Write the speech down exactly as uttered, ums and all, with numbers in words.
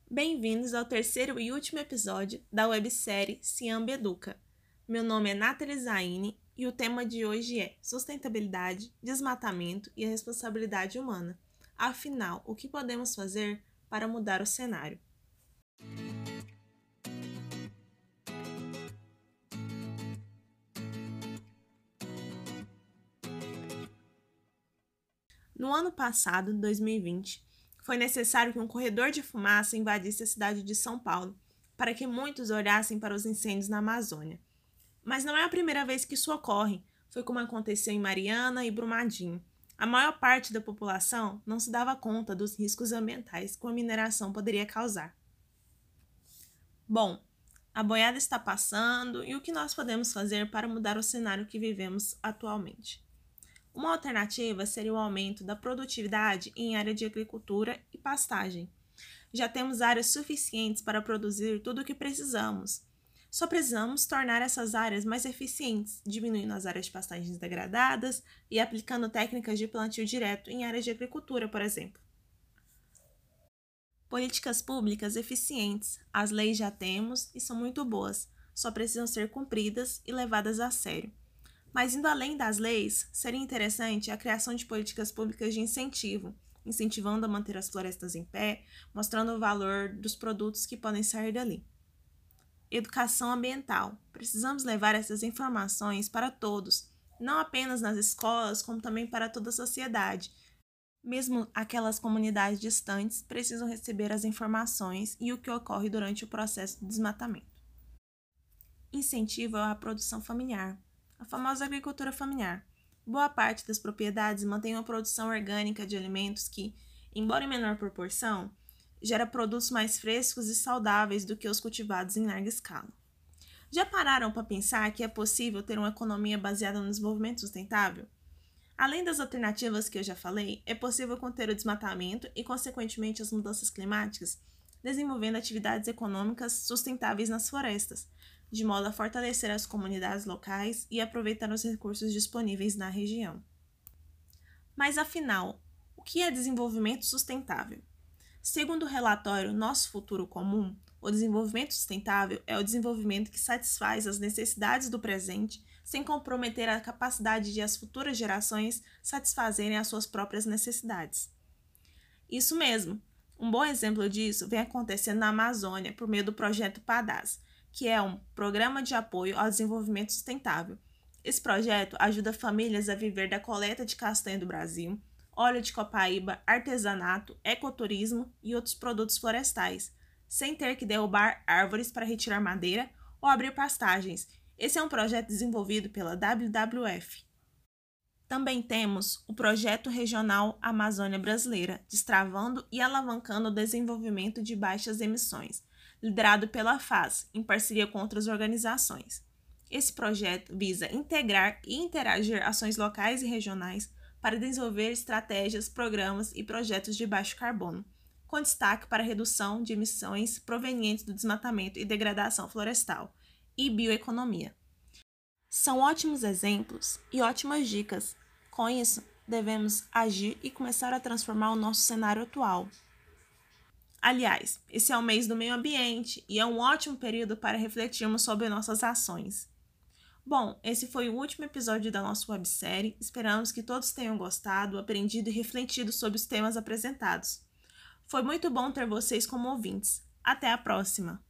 Bem-vindos ao terceiro e último episódio da websérie Ciamba Educa. Meu nome é Nathalie Zaini e o tema de hoje é sustentabilidade, desmatamento e a responsabilidade humana. Afinal, o que podemos fazer para mudar o cenário? No ano passado, dois mil e vinte, foi necessário que um corredor de fumaça invadisse a cidade de São Paulo, para que muitos olhassem para os incêndios na Amazônia. Mas não é a primeira vez que isso ocorre, foi como aconteceu em Mariana e Brumadinho. A maior parte da população não se dava conta dos riscos ambientais que a mineração poderia causar. Bom, a boiada está passando e o que nós podemos fazer para mudar o cenário que vivemos atualmente? Uma alternativa seria o aumento da produtividade em área de agricultura e pastagem. Já temos áreas suficientes para produzir tudo o que precisamos. Só precisamos tornar essas áreas mais eficientes, diminuindo as áreas de pastagens degradadas e aplicando técnicas de plantio direto em áreas de agricultura, por exemplo. Políticas públicas eficientes. As leis já temos e são muito boas, só precisam ser cumpridas e levadas a sério. Mas indo além das leis, seria interessante a criação de políticas públicas de incentivo, incentivando a manter as florestas em pé, mostrando o valor dos produtos que podem sair dali. Educação ambiental. Precisamos levar essas informações para todos, não apenas nas escolas, como também para toda a sociedade. Mesmo aquelas comunidades distantes precisam receber as informações e o que ocorre durante o processo de desmatamento. Incentivo à produção familiar. A famosa agricultura familiar. Boa parte das propriedades mantém uma produção orgânica de alimentos que, embora em menor proporção, gera produtos mais frescos e saudáveis do que os cultivados em larga escala. Já pararam para pensar que é possível ter uma economia baseada no desenvolvimento sustentável? Além das alternativas que eu já falei, é possível conter o desmatamento e, consequentemente, as mudanças climáticas, desenvolvendo atividades econômicas sustentáveis nas florestas, de modo a fortalecer as comunidades locais e aproveitar os recursos disponíveis na região. Mas afinal, o que é desenvolvimento sustentável? Segundo o relatório Nosso Futuro Comum, o desenvolvimento sustentável é o desenvolvimento que satisfaz as necessidades do presente sem comprometer a capacidade de as futuras gerações satisfazerem as suas próprias necessidades. Isso mesmo, um bom exemplo disso vem acontecendo na Amazônia por meio do projeto PADAS, que é um Programa de Apoio ao Desenvolvimento Sustentável. Esse projeto ajuda famílias a viver da coleta de castanha do Brasil, óleo de copaíba, artesanato, ecoturismo e outros produtos florestais, sem ter que derrubar árvores para retirar madeira ou abrir pastagens. Esse é um projeto desenvolvido pela W W F. Também temos o Projeto Regional Amazônia Brasileira, destravando e alavancando o desenvolvimento de baixas emissões, liderado pela F A S, em parceria com outras organizações. Esse projeto visa integrar e interagir ações locais e regionais para desenvolver estratégias, programas e projetos de baixo carbono, com destaque para a redução de emissões provenientes do desmatamento e degradação florestal e bioeconomia. São ótimos exemplos e ótimas dicas. Com isso, devemos agir e começar a transformar o nosso cenário atual. Aliás, esse é o mês do meio ambiente e é um ótimo período para refletirmos sobre nossas ações. Bom, esse foi o último episódio da nossa websérie. Esperamos que todos tenham gostado, aprendido e refletido sobre os temas apresentados. Foi muito bom ter vocês como ouvintes. Até a próxima!